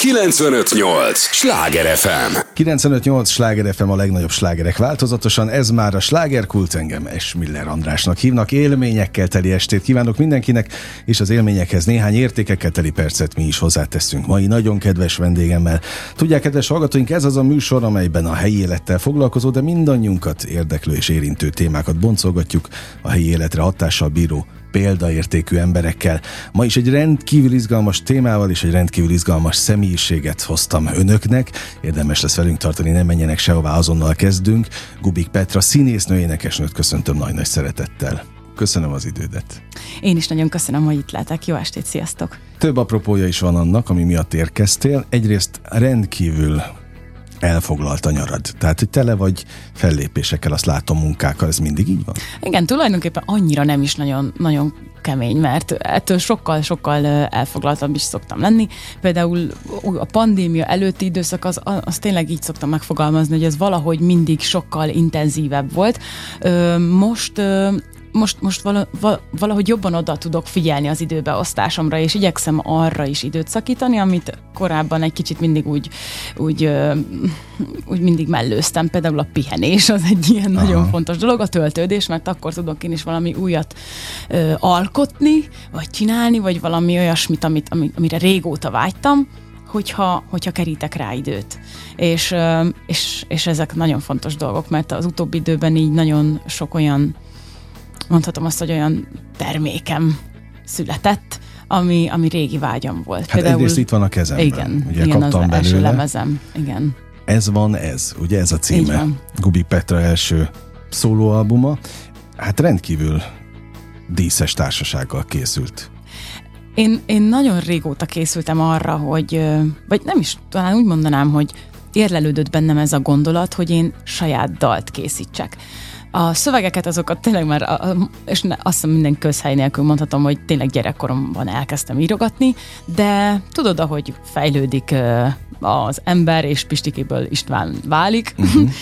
95.8 Sláger FM. 95.8 Sláger FM, a legnagyobb slágerek változatosan. Ez már a Slágerkult, engem Esmiller Andrásnak hívnak. Élményekkel teli estét kívánok mindenkinek, és az élményekhez néhány értékekkel teli percet mi is hozzáteszünk mai nagyon kedves vendégemmel. Tudják, kedves hallgatóink, ez az a műsor, amelyben a helyi élettel foglalkozó, de mindannyiunkat érdeklő és érintő témákat boncolgatjuk a helyi életre hatással bíró példaértékű emberekkel. Ma is egy rendkívül izgalmas témával és egy rendkívül izgalmas személyiséget hoztam önöknek. Érdemes lesz velünk tartani, ne menjenek sehová, azonnal kezdünk. Gubik Petra színésznő, énekesnőt köszöntöm nagy-nagy szeretettel. Köszönöm az idődet. Én is nagyon köszönöm, hogy itt lehetek. Jó estét, sziasztok! Több apropója is van annak, ami miatt érkeztél. Egyrészt rendkívül elfoglalt a nyarad. Tehát, hogy tele vagy fellépésekkel, azt látom, munkákkal, ez mindig így van? Igen, tulajdonképpen annyira nem is nagyon kemény, mert ettől sokkal elfoglaltabb is szoktam lenni. Például a pandémia előtti időszak az tényleg így szoktam megfogalmazni, hogy ez valahogy mindig sokkal intenzívebb volt. Most valahogy jobban oda tudok figyelni az időbeosztásomra, és igyekszem arra is időt szakítani, amit korábban egy kicsit mindig úgy mindig mellőztem. Például a pihenés az egy ilyen nagyon fontos dolog, a töltődés, mert akkor tudok én is valami újat alkotni, vagy csinálni, vagy valami olyasmit, amire régóta vágytam, hogyha kerítek rá időt. És ezek nagyon fontos dolgok, mert az utóbbi időben így nagyon sok olyan, mondhatom azt, hogy olyan termékem született, ami régi vágyam volt. Hát például, egyrészt itt van a kezemben. Igen, ugye igen, kaptam az belőle. első lemezem. Igen. Ez van, ugye ez a címe. Gubik Petra első szólóalbuma. Hát rendkívül díszes társasággal készült. Én nagyon régóta készültem arra, hogy, vagy nem is, talán úgy mondanám, hogy érlelődött bennem ez a gondolat, hogy én saját dalt készítsek. A szövegeket azokat tényleg már, és azt hiszem minden közhely nélkül mondhatom, hogy tényleg gyerekkoromban elkezdtem írogatni, de tudod, ahogy fejlődik az ember, és Pistikéből István válik,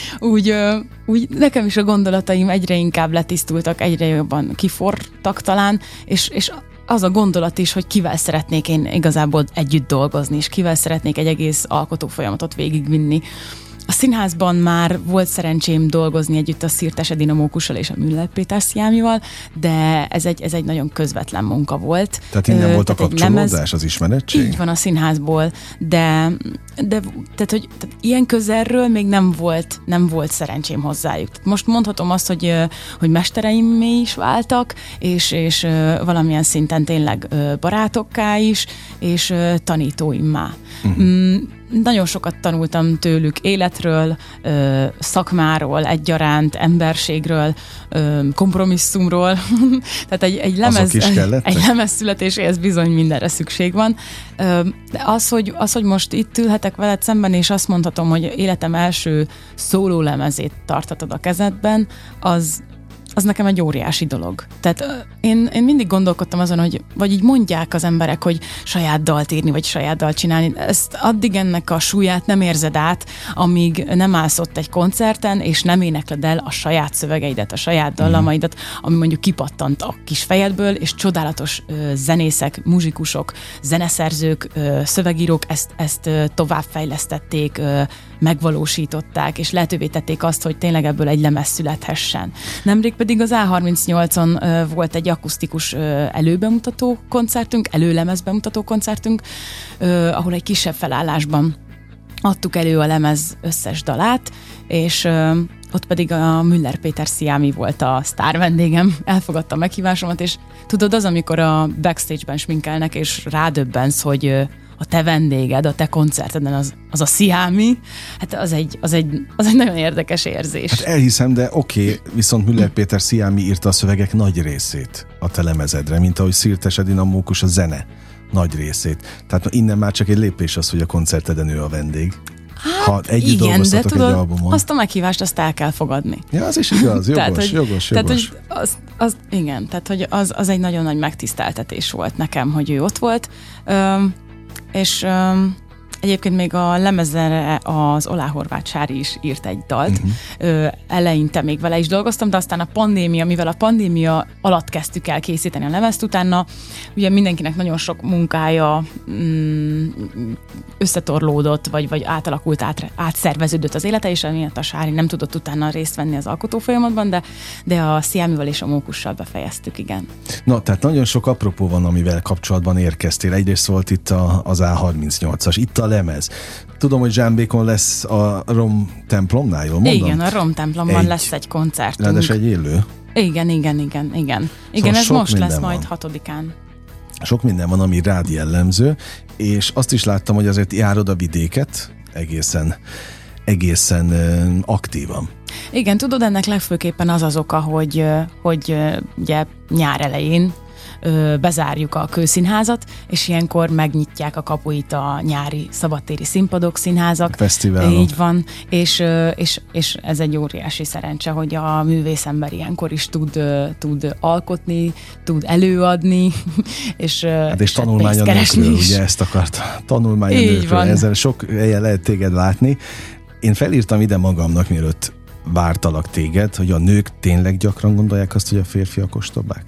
úgy nekem is a gondolataim egyre inkább letisztultak, egyre jobban kiforrtak talán, és az a gondolat is, hogy kivel szeretnék én igazából együtt dolgozni, és kivel szeretnék egy egész alkotó folyamatot végigvinni. A színházban már volt szerencsém dolgozni együtt a Szirtes Edina Mókussal és a Müller Péter Sziámival, de ez egy nagyon közvetlen munka volt. Tehát innen volt a kapcsolódás, az ismeretség? Így van, a színházból, de tehát ilyen közelről még nem volt szerencsém hozzájuk. Most mondhatom azt, hogy mestereimmé is váltak, és valamilyen szinten tényleg barátokká is, és tanítóimmá. Nagyon sokat tanultam tőlük életről, szakmáról, egyaránt, emberségről, kompromisszumról. Tehát egy lemez születéséhez bizony mindenre szükség van. De az, hogy most itt ülhetek veled szemben, és azt mondhatom, hogy életem első szólólemezét tartatod a kezedben, az nekem egy óriási dolog. Tehát én mindig gondolkodtam azon, vagy így mondják az emberek, hogy saját dalt írni, vagy saját dalt csinálni. Ezt addig ennek a súlyát nem érzed át, amíg nem állsz ott egy koncerten, és nem énekled el a saját szövegeidet, a saját dallamaidat, ami mondjuk kipattant a kis fejedből, és csodálatos zenészek, muzsikusok, zeneszerzők, szövegírók ezt továbbfejlesztették, megvalósították, és lehetővé tették azt, hogy tényleg ebből egy lemez születhessen. Nemrég pedig az A38-on volt egy akusztikus előbemutató koncertünk, előlemez bemutató koncertünk, ahol egy kisebb felállásban adtuk elő a lemez összes dalát, és ott pedig a Müller Péter Sziámi volt a sztár vendégem, elfogadta a meghívásomat, és tudod, az, amikor a backstage-ben sminkelnek, és rádöbbensz, hogy a te vendéged, a te koncerteden az a Sziámi, hát az egy nagyon érdekes érzés. Hát elhiszem, de oké, viszont Müller Péter Sziámi írta a szövegek nagy részét a te lemezedre, mint ahogy Szirtes Edina Mókus a zene nagy részét. Tehát innen már csak egy lépés az, hogy a koncerteden ő a vendég. Hát ha együtt dolgoztatok de tudod, egy albumon. Azt a meghívást azt el kell fogadni. Ja, az is igaz, jogos. Tehát, hogy igen, tehát hogy az egy nagyon nagy megtiszteltetés volt nekem, hogy ő ott volt, és Egyébként még a lemezre az Olá Horváth Sári is írt egy dalt. Eleinte még vele is dolgoztam, de aztán mivel a pandémia alatt kezdtük el készíteni a lemezt, utána ugye mindenkinek nagyon sok munkája összetorlódott, vagy átalakult, átszerveződött az élete, és emiatt a Sári nem tudott utána részt venni az alkotó folyamatban, de a Sziámival és a Mókussal befejeztük, igen. No, tehát nagyon sok apropó van, amivel kapcsolatban érkeztél. Egyrészt volt itt az A38-as, itt a lemez. Tudom, hogy Zsámbékon lesz a Rom templomnál, jól mondom? Igen, a Rom templomban lesz egy koncertünk. Ráadásul egy élő. Igen. Igen, szóval ez most lesz majd 6-án. Sok minden van, ami rád jellemző, és azt is láttam, hogy azért járod a vidéket egészen aktívan. Igen, tudod, ennek legfőképpen az oka, hogy ugye nyár elején bezárjuk a Kőszínházat, és ilyenkor megnyitják a kapuit a nyári szabadtéri színpadok, színházak. Fesztiválok. Így van, és ez egy óriási szerencse, hogy a művészember ilyenkor is tud alkotni, tud előadni, és tanulmány a nőkről, ugye ezt akart. Tanulmány a nőkről, ezzel sok helyen lehet téged látni. Én felírtam ide magamnak, mielőtt vártalak téged, hogy a nők tényleg gyakran gondolják azt, hogy a férfiak ostobák?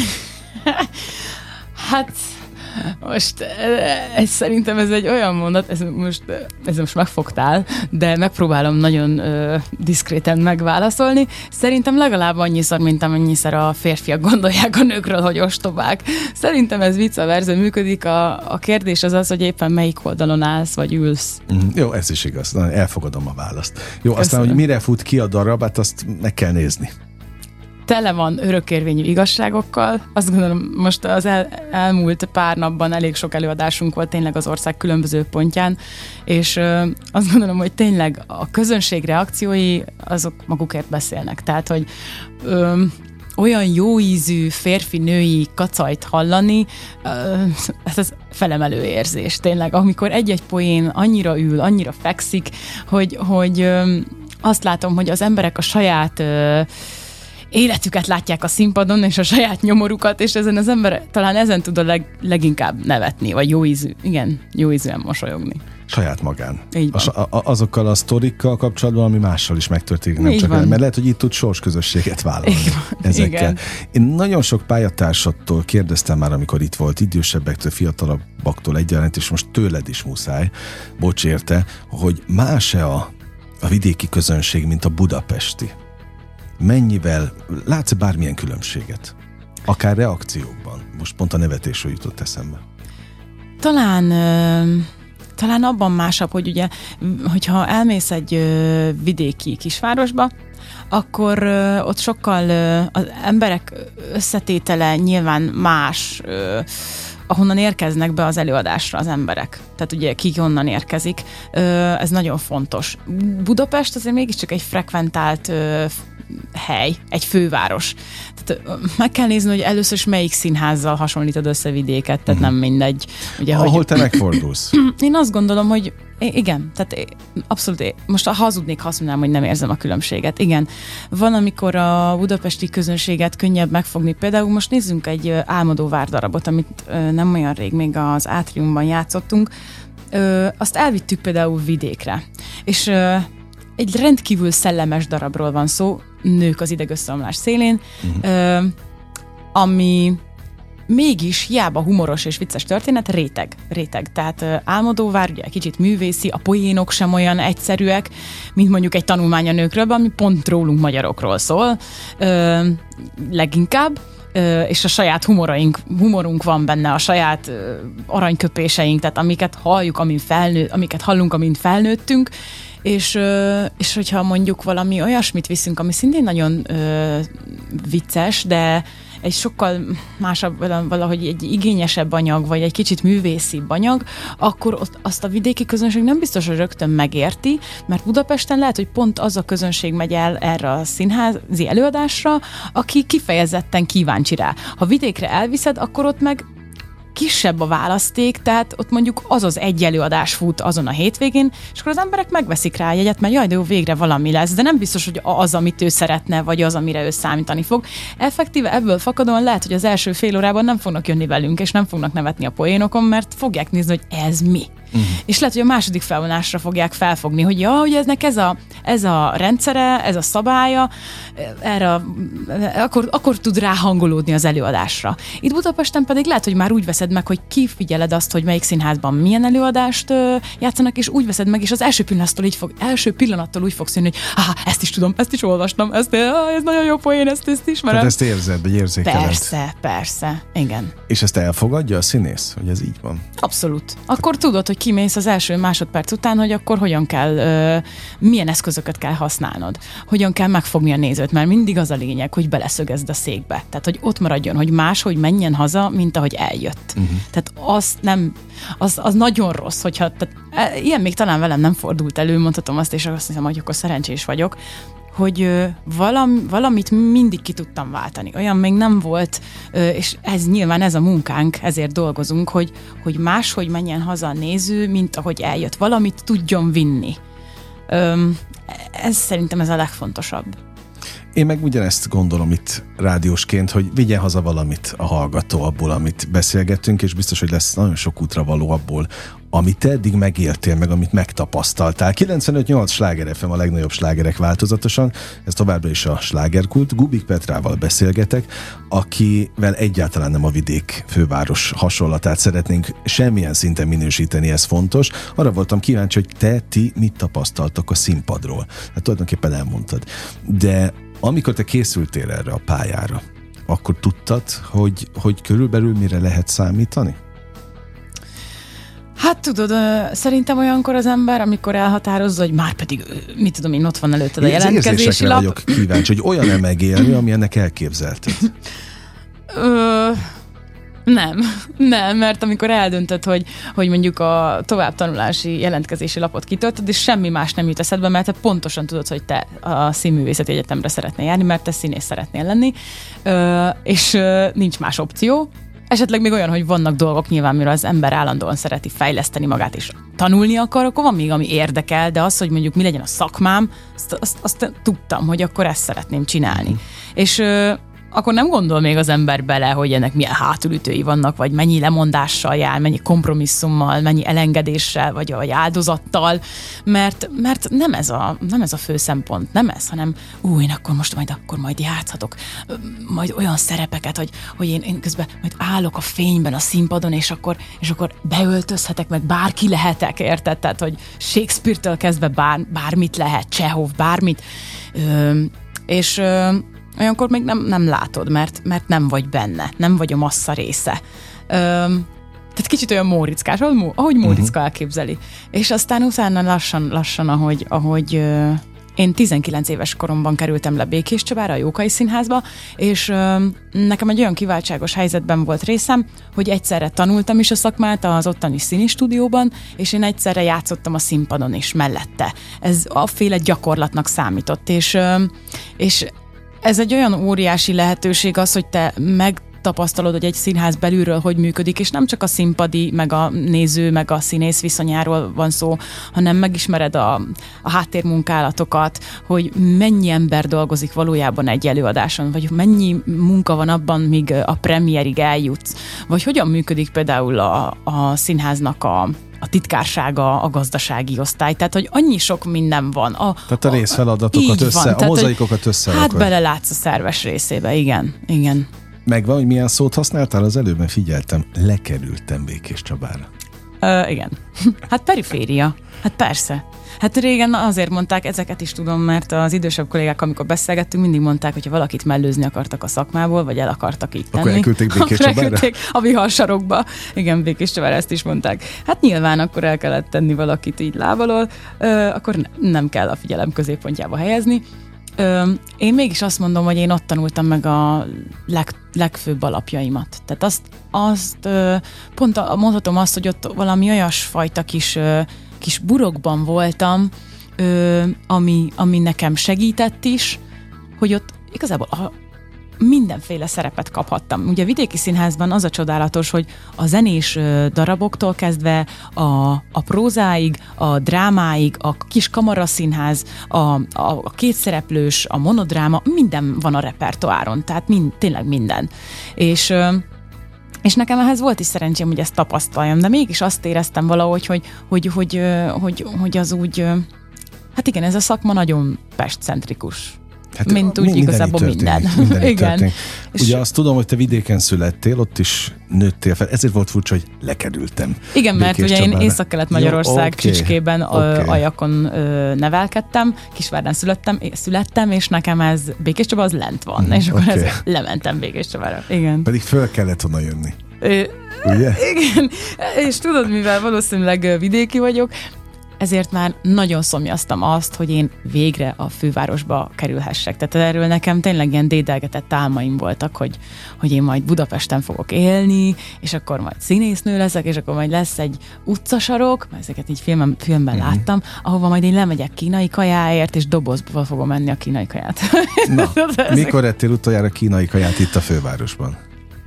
Hát most szerintem ez egy olyan mondat, ez most megfogtál, de megpróbálom nagyon diszkréten megválaszolni. Szerintem legalább annyiszor, mint amennyiszer a férfiak gondolják a nőkről, hogy ostobák. Szerintem ez vice versa működik. A kérdés az, hogy éppen melyik oldalon állsz, vagy ülsz. Jó, ez is igaz. Elfogadom a választ. Jó, köszönöm. Aztán, hogy mire fut ki a darab, hát azt meg kell nézni. Tele van örökérvényű igazságokkal. Azt gondolom, most az elmúlt pár napban elég sok előadásunk volt tényleg az ország különböző pontján, és azt gondolom, hogy tényleg a közönség reakciói azok magukért beszélnek. Tehát, hogy olyan jó ízű férfi-női kacajt hallani, ez felemelő érzés. Tényleg, amikor egy-egy poén annyira ül, annyira fekszik, hogy azt látom, hogy az emberek a saját életüket látják a színpadon, és a saját nyomorukat, és ezen az ember talán ezen tud a leginkább nevetni, vagy jó ízűen mosolyogni. Saját magán. Azokkal a sztorikkal kapcsolatban, ami mással is megtörténik, nem csak el, mert lehet, hogy itt tud sorsközösséget vállalni ezekkel. Igen. Én nagyon sok pályatársattól kérdeztem már, amikor itt volt, idősebbektől, fiatalabbaktól egyaránt, és most tőled is muszáj, bocs érte, hogy más-e a vidéki közönség, mint a budapesti? Mennyivel, látsz bármilyen különbséget? Akár reakciókban. Most pont a nevetésről jutott eszembe. Talán abban másabb, hogy ugye, hogyha elmész egy vidéki kisvárosba, akkor ott sokkal az emberek összetétele nyilván más, ahonnan érkeznek be az előadásra az emberek. Tehát ugye ki honnan érkezik. Ez nagyon fontos. Budapest azért mégiscsak egy frekventált hely, egy főváros. Tehát meg kell nézni, hogy először is melyik színházzal hasonlítod össze vidéket, tehát nem mindegy. Ugye, ahol te megfordulsz. Én azt gondolom, hogy igen, tehát abszolút, most hazudnék, ha azt mondanám, hogy nem érzem a különbséget. Igen, van, amikor a budapesti közönséget könnyebb megfogni. Például most nézzünk egy Álmodóvár darabot, amit nem olyan rég még az Átriumban játszottunk. Azt elvittük például vidékre. És egy rendkívül szellemes darabról van szó, Nők az idegösszeomlás szélén, ami mégis hiába humoros és vicces történet, réteg. Tehát Álmodóvár ugye kicsit művészi, a poénok sem olyan egyszerűek, mint mondjuk egy tanulmány a nőkről, ami pont rólunk magyarokról szól, leginkább, és a saját humorunk van benne, a saját aranyköpéseink, tehát amiket halljuk, amiket hallunk, amint felnőttünk, és hogyha mondjuk valami olyasmit viszünk, ami szintén nagyon vicces, de egy sokkal másabb, valahogy egy igényesebb anyag, vagy egy kicsit művészibb anyag, akkor ott azt a vidéki közönség nem biztos, hogy rögtön megérti, mert Budapesten lehet, hogy pont az a közönség megy el erre a színházi előadásra, aki kifejezetten kíváncsi rá. Ha vidékre elviszed, akkor ott meg kisebb a választék, tehát ott mondjuk az egy előadás fut azon a hétvégén, és akkor az emberek megveszik rá a jegyet, mert jaj, de jó, végre valami lesz, de nem biztos, hogy az, amit ő szeretne, vagy az, amire ő számítani fog. Effektíve ebből fakadóan lehet, hogy az első fél órában nem fognak jönni velünk, és nem fognak nevetni a poénokon, mert fogják nézni, hogy ez mi. És lehet, hogy a második felvonásra fogják felfogni, hogy ja, hogy ez a rendszere, ez a szabálya, akkor tud ráhangolódni az előadásra. Itt Budapesten pedig lehet, hogy már úgy veszed meg, hogy kifigyeled azt, hogy melyik színházban milyen előadást játszanak, és úgy veszed meg, és az első pillanattól úgy fogsz jönni, hogy ezt is tudom, ezt is olvastam, ez nagyon jó poén, ezt ismerem. Tehát ezt érzed, vagy érzékeled? Persze, igen. És ezt elfogadja a színész, hogy ez így van? Abszolút. Akkor tudod, hogy kimész az első másodperc után, hogy akkor hogyan kell, milyen eszközöket kell használnod, hogyan kell megfogni a nézőt, mert mindig az a lényeg, hogy beleszögezd a székbe. Tehát, hogy ott maradjon, hogy máshogy menjen haza, mint ahogy eljött. Tehát az nagyon rossz, hogyha, tehát, ilyen még talán velem nem fordult elő, mondhatom azt, és azt hiszem, hogy akkor szerencsés vagyok, hogy valamit mindig ki tudtam váltani. Olyan még nem volt, és nyilván ez a munkánk, ezért dolgozunk, hogy máshogy menjen haza a néző, mint ahogy eljött. Valamit tudjon vinni. Szerintem ez a legfontosabb. Én meg ugyanezt gondolom itt rádiósként, hogy vigyen haza valamit a hallgató abból, amit beszélgettünk, és biztos, hogy lesz nagyon sok útra való abból, amit te eddig megéltél, meg amit megtapasztaltál. 95.8 Sláger FM, a legnagyobb slágerek változatosan, ez továbbra is a Slágerkult. Gubik Petrával beszélgetek, akivel egyáltalán nem a vidék főváros hasonlatát szeretnénk semmilyen szinten minősíteni, ez fontos. Arra voltam kíváncsi, hogy ti mit tapasztaltok a színpadról. Hát tulajdonképpen elmondtad. De amikor te készültél erre a pályára, akkor tudtad, hogy körülbelül mire lehet számítani? Hát tudod, szerintem olyankor az ember, amikor elhatározza, hogy már pedig, mit tudom én, ott van előtted a jelentkezési lap. Vagyok kíváncsi, hogy olyan-e megélni, ami ennek elképzelted? Nem, mert amikor eldöntöd, hogy mondjuk a továbbtanulási jelentkezési lapot kitöltöd, és semmi más nem jut eszedbe, mert te pontosan tudod, hogy te a Színművészeti Egyetemre szeretnél járni, mert te színész szeretnél lenni, és nincs más opció. Esetleg még olyan, hogy vannak dolgok nyilván, mire az ember állandóan szereti fejleszteni magát, és tanulni akar, akkor van még, ami érdekel, de az, hogy mondjuk mi legyen a szakmám, azt tudtam, hogy akkor ezt szeretném csinálni. És akkor nem gondol még az ember bele, hogy ennek milyen hátulütői vannak, vagy mennyi lemondással jár, mennyi kompromisszummal, mennyi elengedéssel, vagy áldozattal, mert nem ez a fő szempont, nem ez, hanem én akkor majd játszhatok, majd olyan szerepeket, hogy én közben majd állok a fényben a színpadon, és akkor beöltözhetek, meg bárki lehetek, érted? Tehát, hogy Shakespeare-től kezdve bármit lehet, Csehov, bármit, és olyankor még nem látod, mert nem vagy benne, nem vagy a massza része. Tehát kicsit olyan móriczkás, ahogy Móriczka elképzeli. És aztán utána lassan ahogy én 19 éves koromban kerültem le Békéscsabára, a Jókai Színházba, és nekem egy olyan kiváltságos helyzetben volt részem, hogy egyszerre tanultam is a szakmát az ottani színistúdióban, és én egyszerre játszottam a színpadon is mellette. Ez afféle gyakorlatnak számított, és ez egy olyan óriási lehetőség az, hogy te megtapasztalod, hogy egy színház belülről hogy működik, és nem csak a színpadi, meg a néző, meg a színész viszonyáról van szó, hanem megismered a háttérmunkálatokat, hogy mennyi ember dolgozik valójában egy előadáson, vagy mennyi munka van abban, míg a premierig eljutsz, vagy hogyan működik például a színháznak a titkársága, a gazdasági osztály, tehát hogy annyi sok minden van. Tehát a részfeladatokat a mozaikokat összerakod. Hát belelátsz a szerves részébe, igen. Megvan, hogy milyen szót használtál az előbb, figyeltem, lekerültem Békéscsabára. Igen. Hát periféria. Hát persze. Hát régen azért mondták, ezeket is tudom, mert az idősebb kollégák, amikor beszélgettünk, mindig mondták, hogyha valakit mellőzni akartak a szakmából, vagy el akartak így tenni. Akkor elküldték Békéscsabára? A viharsarokba. Igen, Békéscsabára ezt is mondták. Hát nyilván akkor el kellett tenni valakit így lábalól, akkor nem kell a figyelem középpontjába helyezni. Én mégis azt mondom, hogy én ott tanultam meg a legfőbb alapjaimat. Tehát azt pont mondhatom azt, hogy ott valami olyasfajta kis burokban voltam, ami nekem segített is, hogy ott igazából mindenféle szerepet kaphattam. Ugye a Vidéki Színházban az a csodálatos, hogy a zenés daraboktól kezdve a prózáig, a drámáig, a kis kamaraszínház, a kétszereplős, a monodráma, minden van a repertoáron, tehát tényleg minden. És nekem ehhez volt is szerencsém, hogy ezt tapasztaljam, de mégis azt éreztem valahogy, hogy az úgy, hát igen, ez a szakma nagyon pestcentrikus. Hát mint úgy igazából minden. Igen. Ugye azt tudom, hogy te vidéken születtél, ott is nőttél fel, ezért volt furcsa, hogy lekerültem. Igen, mert ugye én Észak-Kelet-Magyarország Csicskében, Ajakon nevelkedtem, Kisvárdán születtem, és nekem ez Békés Csaba az lent van, és akkor lementem Békés Csabára. Igen. Pedig föl kellett volna jönni. Ugye? Igen, és tudod, mivel valószínűleg vidéki vagyok, ezért már nagyon szomjaztam azt, hogy én végre a fővárosba kerülhessek. Tehát erről nekem tényleg ilyen dédelgetett álmaim voltak, hogy én majd Budapesten fogok élni, és akkor majd színésznő leszek, és akkor majd lesz egy utcasarok, ezeket így filmben láttam, ahova majd én lemegyek kínai kajáért, és dobozba fogom enni a kínai kaját. Na, mikor ettél utoljára kínai kaját itt a fővárosban?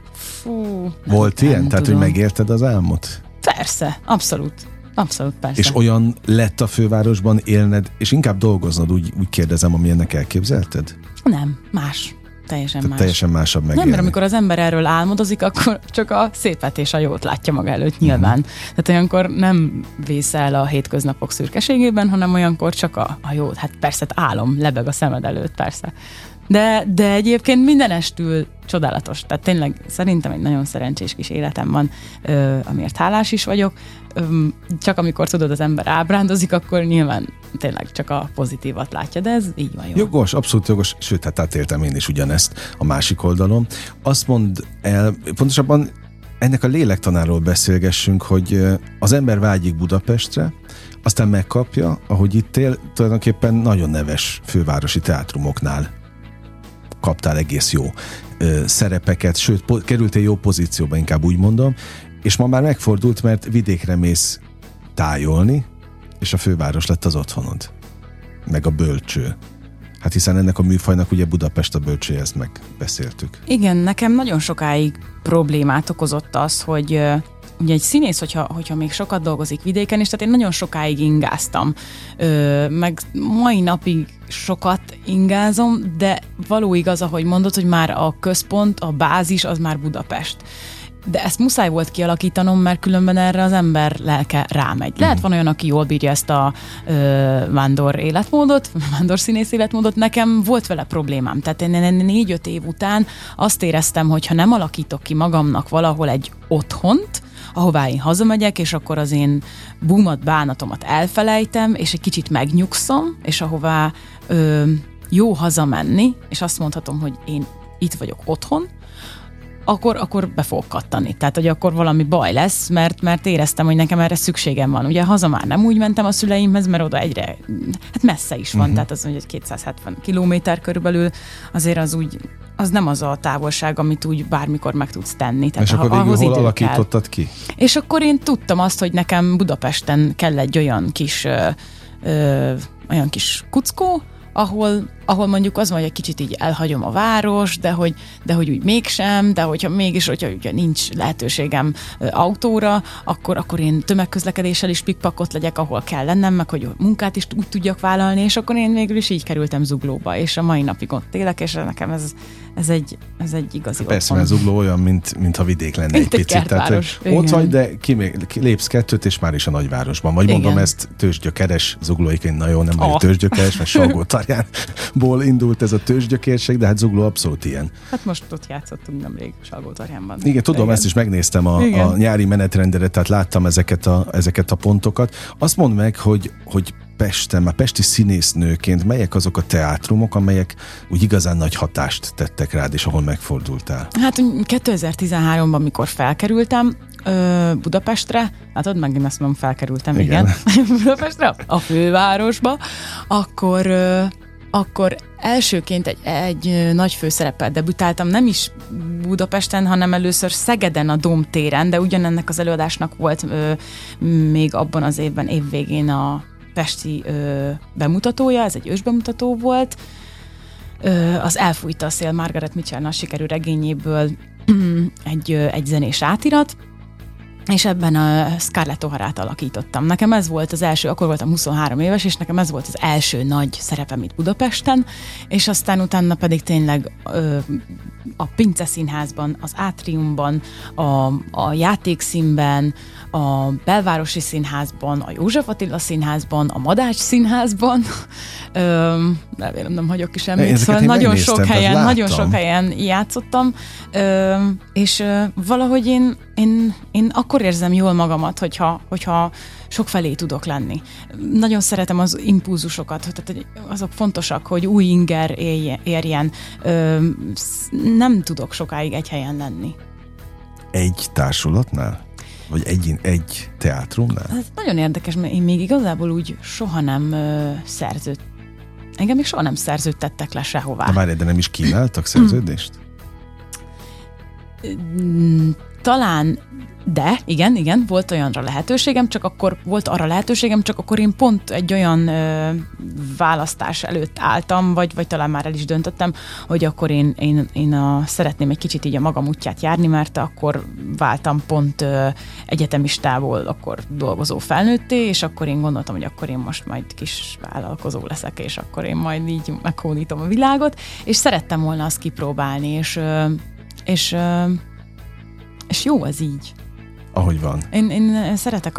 Fú. Volt ilyen? Tehát, hogy megérted az álmot? Persze, abszolút. Abszolút, persze. És olyan lett a fővárosban élned, és inkább dolgoznod, úgy kérdezem, amilyennek elképzelted? Nem, más. Teljesen más. Teljesen másabb megélni. Nem, mert amikor az ember erről álmodozik, akkor csak a szépet és a jót látja maga előtt nyilván. Tehát olyankor nem vész el a hétköznapok szürkeségében, hanem olyankor csak a jót. Hát persze, álom, lebeg a szemed előtt, persze. De egyébként mindenestül csodálatos. Tehát tényleg szerintem egy nagyon szerencsés kis életem van, amiért hálás is vagyok. Csak amikor tudod, az ember ábrándozik, akkor nyilván tényleg csak a pozitívat látja, de ez így van jó. Jogos, abszolút jogos, sőt, hát átéltem én is ugyanezt a másik oldalon. Azt mondd el, pontosabban ennek a lélektanáról beszélgessünk, hogy az ember vágyik Budapestre, aztán megkapja, ahogy itt él, tulajdonképpen nagyon neves fővárosi teátrumoknál kaptál egész jó szerepeket, sőt, kerültél jó pozícióba, inkább úgy mondom, és ma már megfordult, mert vidékre mész tájolni, és a főváros lett az otthonod. Meg a bölcső. Hát hiszen ennek a műfajnak ugye Budapest a bölcsője, ezt megbeszéltük. Igen, nekem nagyon sokáig problémát okozott az, hogy ugye egy színész, hogyha még sokat dolgozik vidéken, és tehát én nagyon sokáig ingáztam. Meg mai napig sokat ingázom, de való igaz, ahogy mondod, hogy már a központ, a bázis az már Budapest. De ezt muszáj volt kialakítanom, mert különben erre az ember lelke rámegy. Lehet van olyan, aki jól bírja ezt a vándor életmódot, vándor színész életmódot, nekem volt vele problémám. Tehát én 4-5 év után azt éreztem, hogy ha nem alakítok ki magamnak valahol egy otthont, ahová én hazamegyek, és akkor az én búmat, bánatomat elfelejtem, és egy kicsit megnyugszom, és ahová jó hazamenni, és azt mondhatom, hogy én itt vagyok otthon, akkor be fogok kattani. Tehát, hogy akkor valami baj lesz, mert éreztem, hogy nekem erre szükségem van. Ugye haza már nem úgy mentem a szüleimhez, mert oda egyre, hát messze is van, tehát az, hogy egy 270 kilométer körülbelül, azért az nem az a távolság, amit úgy bármikor meg tudsz tenni. Tehát és akkor végül hol alakítottad ki? És akkor én tudtam azt, hogy nekem Budapesten kell egy olyan kis kuckó, ahol mondjuk az van, hogy egy kicsit így elhagyom a város, de hogy úgy mégsem, de hogyha mégis, hogyha ugye nincs lehetőségem autóra, akkor én tömegközlekedéssel is pikpakot legyek, ahol kell lennem, meg hogy munkát is úgy tudjak vállalni, és akkor én végül is így kerültem Zuglóba, és a mai napig ott élek, és nekem ez egy igazi persze, mert Zugló olyan, mintha vidék lenne egy picit. Tehát ott vagy, de lépsz 2 és már is a nagyvárosban. Vagy igen. Mondom ezt tőzsgyökeres zuglóiként, na jó, nem vagyok tőzsgyökeres, mert Salgótarjánból indult ez a tőzsgyökérség, de hát Zugló abszolút ilyen. Hát most ott játszottunk nemrég Salgótarjánban. Igen, tudom, igen. Ezt is megnéztem a nyári menetrendet, tehát láttam ezeket a pontokat. Azt mondd meg, hogy Pesten, már pesti színésznőként melyek azok a teátrumok, amelyek úgy igazán nagy hatást tettek rád, és ahol megfordultál? Hát 2013-ban, mikor felkerültem Budapestre, látod, megint azt mondom, felkerültem, igen. Budapestre, a fővárosba, akkor elsőként egy nagy főszereppel debütáltam, nem is Budapesten, hanem először Szegeden a Dóm téren, de ugyanennek az előadásnak volt még abban az évben, évvégén a pesti bemutatója, ez egy ősbemutató volt, az Elfújta a szél Margaret Mitchell sikerű regényéből egy zenés átirat, és ebben a Scarlett O'Harát alakítottam. Nekem ez volt az első, akkor voltam 23 éves, és nekem ez volt az első nagy szerepem itt Budapesten, és aztán utána pedig tényleg a Pince Színházban, az Átriumban, a Játékszínben, a Belvárosi Színházban, a József Attila Színházban, a Madács Színházban, remélem nem hagyok ki semmit, szóval nagyon sok helyen játszottam, és valahogy én akkor érzem jól magamat, hogyha sokfelé tudok lenni. Nagyon szeretem az impulzusokat, tehát azok fontosak, hogy új inger érjen. Nem tudok sokáig egy helyen lenni. Egy társulatnál? Vagy egy teátrumnál? Ez nagyon érdekes, mert én még igazából úgy soha nem engem még soha nem szerződtettek le sehová. De nem is kínáltak szerződést? Talán, de igen, volt olyanra lehetőségem, csak akkor én pont egy olyan választás előtt álltam, vagy talán már el is döntöttem, hogy akkor én szeretném egy kicsit így a magam útját járni, mert akkor váltam pont egyetemistából akkor dolgozó felnőtté, és akkor én gondoltam, hogy akkor én most majd kis vállalkozó leszek, és akkor én majd így meghódítom a világot, és szerettem volna azt kipróbálni, és jó az így. Ahogy van. Én szeretek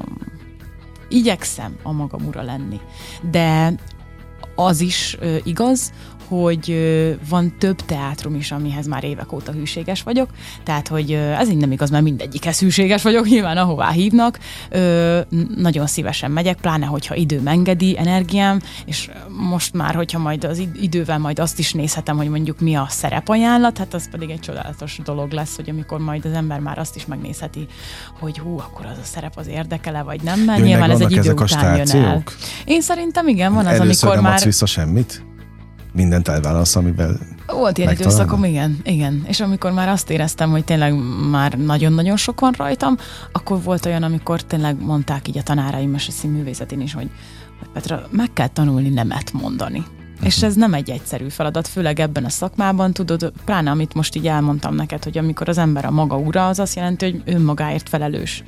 igyekszem a magam ura lenni. De az is igaz, hogy van több teátrum is, amihez már évek óta hűséges vagyok. Tehát, hogy ez így nem igaz, mert mindegyikhez hűséges vagyok, nyilván ahová hívnak. Nagyon szívesen megyek, pláne, hogyha időm engedi, energiám, és most már, hogyha majd az idővel majd azt is nézhetem, hogy mondjuk mi a szerepajánlat, hát az pedig egy csodálatos dolog lesz, hogy amikor majd az ember már azt is megnézheti, hogy akkor az a szerep az érdekele, vagy nem, mert nyilván ez egy idő után jön el. Én szerintem igen, van az, először amikor nem adsz vissza semmit? Mindent elválasz, amivel volt ilyen időszakom, igen. És amikor már azt éreztem, hogy tényleg már nagyon-nagyon sok van rajtam, akkor volt olyan, amikor tényleg mondták így a tanáraim, és a színművészetén is, hogy Petra, meg kell tanulni nemet mondani. És ez nem egy egyszerű feladat, főleg ebben a szakmában, tudod, pláne amit most így elmondtam neked, hogy amikor az ember a maga ura, az azt jelenti, hogy önmagáért felelős.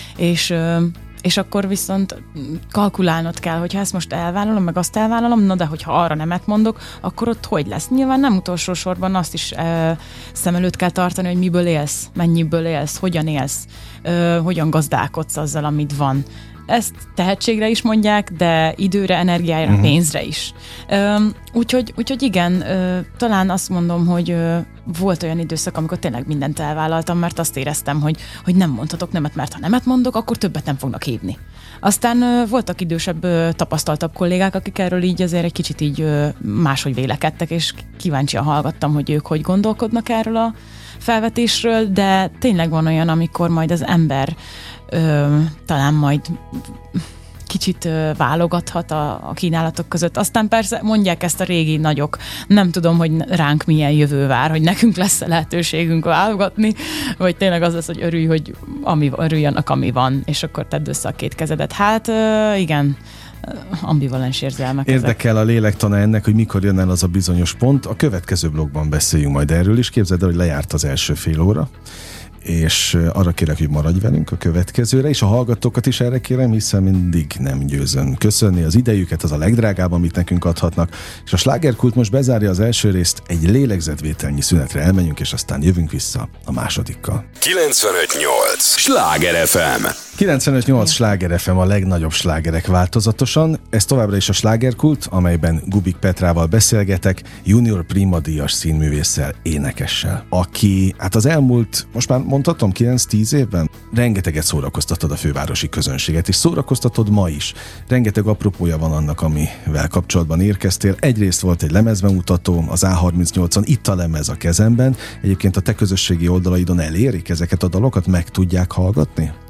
És akkor viszont kalkulálnod kell, hogyha ezt most elvállalom, meg azt elvállalom, na de hogyha arra nemet mondok, akkor ott hogy lesz? Nyilván nem utolsó sorban azt is szem előtt kell tartani, hogy miből élsz, mennyiből élsz, hogyan élsz, hogyan gazdálkodsz azzal, amit van. Ezt tehetségre is mondják, de időre, energiára, pénzre is. Úgyhogy igen, talán azt mondom, hogy volt olyan időszak, amikor tényleg mindent elvállaltam, mert azt éreztem, hogy nem mondhatok nemet, mert ha nemet mondok, akkor többet nem fognak hívni. Aztán voltak idősebb, tapasztaltabb kollégák, akik erről így azért egy kicsit így máshogy vélekedtek, és kíváncsian hallgattam, hogy ők hogy gondolkodnak erről a felvetésről, de tényleg van olyan, amikor majd az ember talán majd kicsit válogathat a kínálatok között. Aztán persze mondják ezt a régi nagyok, nem tudom, hogy ránk milyen jövő vár, hogy nekünk lesz lehetőségünk válogatni, vagy tényleg az lesz, hogy örülj annak, ami van, és akkor tedd össze a két kezedet. Hát igen, ambivalens érzelmek. Érdekel a lélektana ennek, hogy mikor jön el az a bizonyos pont. A következő blogban beszéljünk majd erről is. Képzeld el, hogy lejárt az első fél óra, és arra kérek, hogy maradj velünk a következőre, és a hallgatókat is erre kérem, hiszen mindig nem győzöm köszönni az idejüket, az a legdrágább, amit nekünk adhatnak, és a Slágerkult most bezárja az első részt, egy lélegzetvételnyi szünetre elmenjünk, és aztán jövünk vissza a másodikkal. 95.8 Sláger FM 95.8 Sláger FM, a legnagyobb slágerek változatosan. Ez továbbra is a Slágerkult, amelyben Gubik Petrával beszélgetek, junior Prima díjas színművésszel, énekessel, aki hát az elmúlt, most már mondhatom, 9-10 évben rengeteget szórakoztatod a fővárosi közönséget, és szórakoztatod ma is. Rengeteg apropója van annak, amivel kapcsolatban érkeztél. Egyrészt volt egy lemezbemutató, az A38-on, itt a lemez a kezemben. Egyébként a te közösségi oldalaidon elérik ezeket a dalokat, meg tudják hallgatni?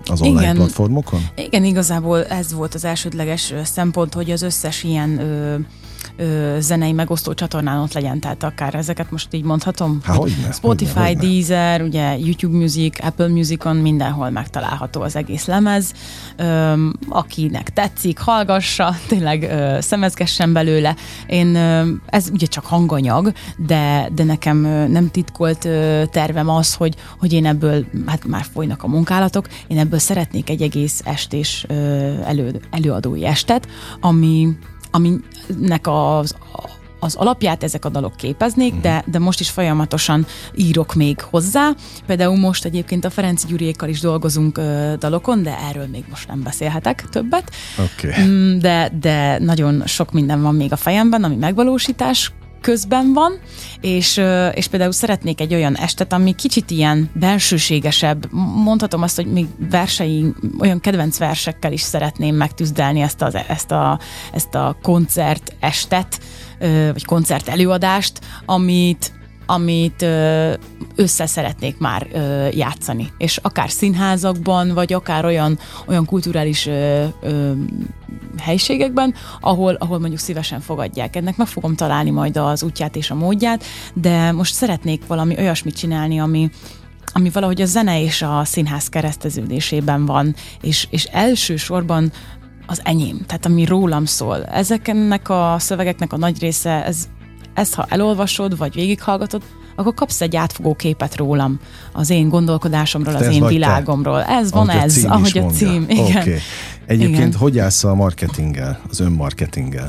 az online platformokon? Igen, igazából ez volt az elsődleges szempont, hogy az összes ilyen zenei megosztó csatornán ott legyen, tehát akár ezeket most így mondhatom. Spotify, Deezer, ugye YouTube Music, Apple Musicon mindenhol megtalálható az egész lemez. Akinek tetszik, hallgassa, tényleg szemezgessen belőle. Ez ugye csak hanganyag, de nekem nem titkolt tervem az, hogy én ebből, hát már folynak a munkálatok, én ebből szeretnék egy egész estés előadói estet, aminek az alapját ezek a dalok képeznék, de most is folyamatosan írok még hozzá. Például most egyébként a Ferenc Gyuriékkal is dolgozunk dalokon, de erről még most nem beszélhetek többet. Okay. De nagyon sok minden van még a fejemben, ami megvalósítás közben van, és például szeretnék egy olyan estet, ami kicsit ilyen belsőségesebb. Mondhatom azt, hogy még olyan kedvenc versekkel is szeretném megtüzdelni ezt a koncert estet, vagy koncert előadást, amit össze szeretnék már játszani. És akár színházakban, vagy akár olyan kulturális helyiségekben, ahol mondjuk szívesen fogadják. Ennek meg fogom találni majd az útját és a módját, de most szeretnék valami olyasmit csinálni, ami valahogy a zene és a színház kereszteződésében van, és elsősorban az enyém, tehát ami rólam szól. Ezeknek a szövegeknek a nagy része, ezt ha elolvasod, vagy végighallgatod, akkor kapsz egy átfogó képet rólam, az én gondolkodásomról, az én világomról. Ez van ez, ahogy a cím. Igen. Okay. Egyébként hogy állsz a marketinggel, az önmarketinggel?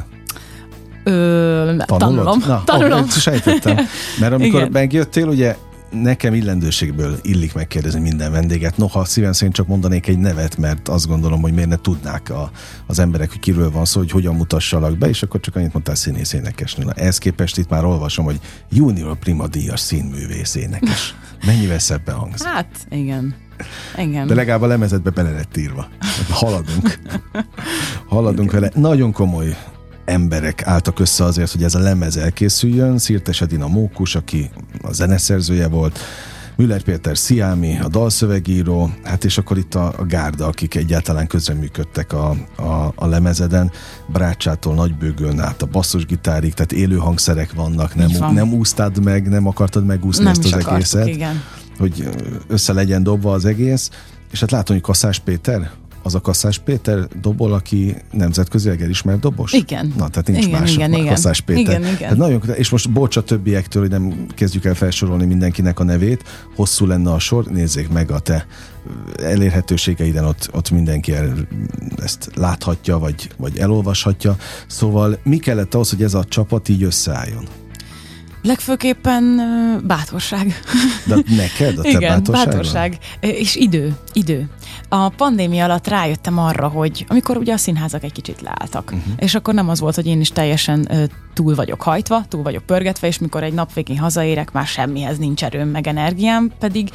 Tanulom. Sejtettem. Mert amikor megjöttél, ugye nekem illendőségből illik megkérdezni minden vendéget. Noha szívem szerint csak mondanék egy nevet, mert azt gondolom, hogy miért ne tudnák az emberek, hogy kiről van szó, hogy hogyan mutassalak be, és akkor csak annyit mondtál, színész énekesnő. Ehhez képest itt már olvasom, hogy Junior Prima díjas színművész énekes. Mennyivel szebben hangzik? Hát, igen. De legalább a lemezetbe bele lett írva. Haladunk vele. Nagyon komoly emberek álltak össze azért, hogy ez a lemez elkészüljön. Szirtes Edina Mókus, aki a zeneszerzője volt, Müller Péter Sziámi, a dalszövegíró, hát és akkor itt a gárda, akik egyáltalán közreműködtek a lemezeden, Brácsától Nagybőgőn át a basszusgitárig, tehát élő hangszerek vannak, nem úsztad meg, nem akartad megúszni nem ezt az egészet, igen. Hogy össze legyen dobva az egész, és hát látom, hogy Kaszás Péter, az a Kaszás Péter dobol, aki nemzetközileg elismert dobos? Igen. Na, tehát nincs mások, már Kaszás Péter. Igen. Hát nagyon, és most bocs a többiektől, hogy nem kezdjük el felsorolni mindenkinek a nevét, hosszú lenne a sor, nézzék meg a te elérhetőségeiden, ott mindenki ezt láthatja, vagy elolvashatja. Szóval mi kellett ahhoz, hogy ez a csapat így összeálljon? Legfőképpen bátorság. De neked? A te igen, bátorság. És idő. A pandémia alatt rájöttem arra, hogy amikor ugye a színházak egy kicsit leálltak, és akkor nem az volt, hogy én is teljesen túl vagyok hajtva, túl vagyok pörgetve, és mikor egy nap végén hazaérek, már semmihez nincs erőm meg energiám, pedig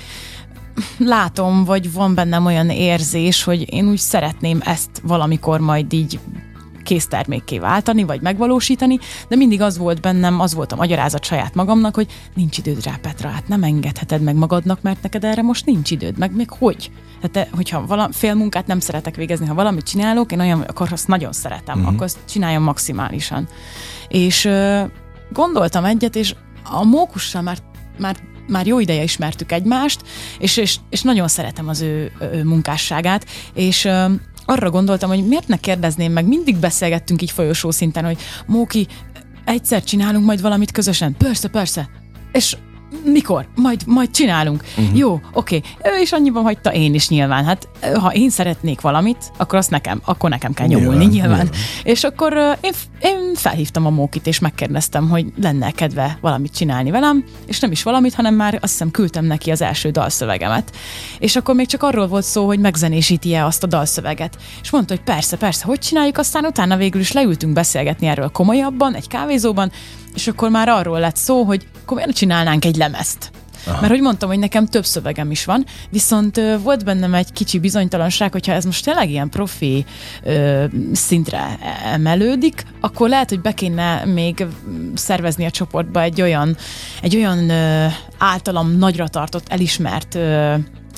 látom, vagy van bennem olyan érzés, hogy én úgy szeretném ezt valamikor majd így késztermékké váltani, vagy megvalósítani, de mindig az volt bennem, az volt a magyarázat saját magamnak, hogy nincs időd rá, Petra, hát nem engedheted meg magadnak, mert neked erre most nincs időd, meg még hogy? Hát hogyha fél munkát nem szeretek végezni, ha valamit csinálok, akkor azt nagyon szeretem, akkor azt csináljam maximálisan. És gondoltam egyet, és a Mókussal már jó ideje ismertük egymást, és nagyon szeretem az ő munkásságát, és arra gondoltam, hogy miért ne kérdezném meg, mindig beszélgettünk így folyosó szinten, hogy Móki, egyszer csinálunk majd valamit közösen. Persze. És mikor? Majd csinálunk. Jó, oké. Ő is annyiban hagyta, én is nyilván. Hát, ha én szeretnék valamit, akkor nekem kell nyomulni, nyilván. És akkor én felhívtam a Mókit, és megkérdeztem, hogy lenne kedve valamit csinálni velem, és nem is valamit, hanem már azt hiszem küldtem neki az első dalszövegemet. És akkor még csak arról volt szó, hogy megzenésíti-e azt a dalszöveget. És mondta, hogy persze, hogy csináljuk, aztán utána végül is leültünk beszélgetni erről komolyabban, egy kávézóban, és akkor már arról lett szó, hogy komolyan csinálnánk egy lemezt. Aha. Mert hogy mondtam, hogy nekem több szövegem is van, viszont volt bennem egy kicsi bizonytalanság, hogyha ez most tényleg ilyen profi szintre emelődik, akkor lehet, hogy be kéne még szervezni a csoportba egy olyan általam nagyra tartott, elismert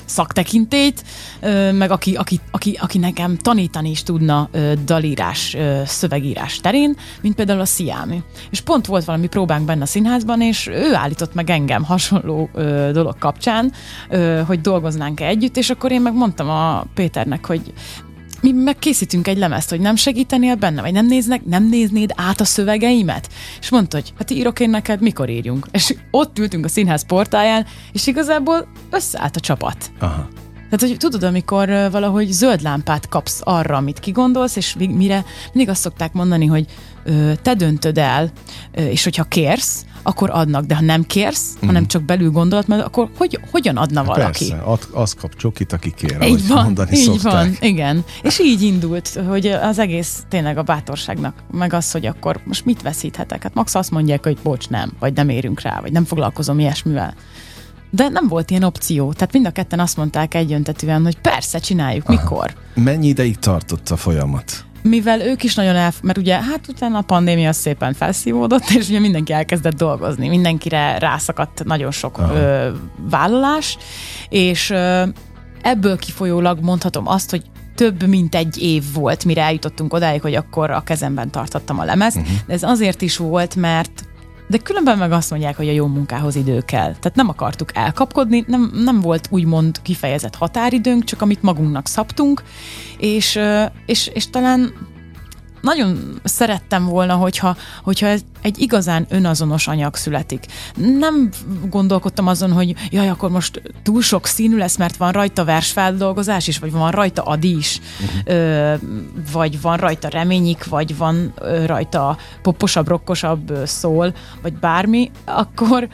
szaktekintélyt, meg aki nekem tanítani is tudna dalírás, szövegírás terén, mint például a Sziámi. És pont volt valami próbánk benne a színházban, és ő állított meg engem hasonló dolog kapcsán, hogy dolgoznánk együtt, és akkor én meg mondtam a Péternek, hogy mi megkészítünk egy lemezt, hogy nem segítenél benne, vagy nem néznéd át a szövegeimet? És mondta, hogy hát írok én neked, mikor írjunk. És ott ültünk a színház portáján, és igazából összeállt a csapat. Aha. Tehát, hogy tudod, amikor valahogy zöld lámpát kapsz arra, amit kigondolsz, és mire mindig azt szokták mondani, hogy te döntöd el, és hogyha kérsz, akkor adnak, de ha nem kérsz, hanem csak belül gondolod, mert akkor hogyan adna valaki? Persze, az kap csokit, aki kér, így van, mondani így szokták. van, igen. És így indult, hogy az egész tényleg a bátorságnak, meg az, hogy akkor most mit veszíthetek? Hát max azt mondják, hogy bocs, nem, vagy nem érünk rá, vagy nem foglalkozom ilyesmivel. De nem volt ilyen opció. Tehát mind a ketten azt mondták egyöntetűen, hogy persze, csináljuk, mikor. Mennyi ideig tartott a folyamat? Mivel ők is nagyon mert ugye hát utána a pandémia szépen felszívódott, és ugye mindenki elkezdett dolgozni. Mindenkire rászakadt nagyon sok vállalás, és ebből kifolyólag mondhatom azt, hogy több mint egy év volt, mire eljutottunk odáig, hogy akkor a kezemben tartottam a lemezt. De ez azért is volt, mert de különben meg azt mondják, hogy a jó munkához idő kell. Tehát nem akartuk elkapkodni, nem volt úgymond kifejezett határidőnk, csak amit magunknak szabtunk, és talán nagyon szerettem volna, hogyha ez egy igazán önazonos anyag születik. Nem gondolkodtam azon, hogy jaj, akkor most túl sok színű lesz, mert van rajta versfeldolgozás is, vagy van rajta adi is, vagy van rajta reményik, vagy van rajta poposabb, rokkosabb szól, vagy bármi, akkor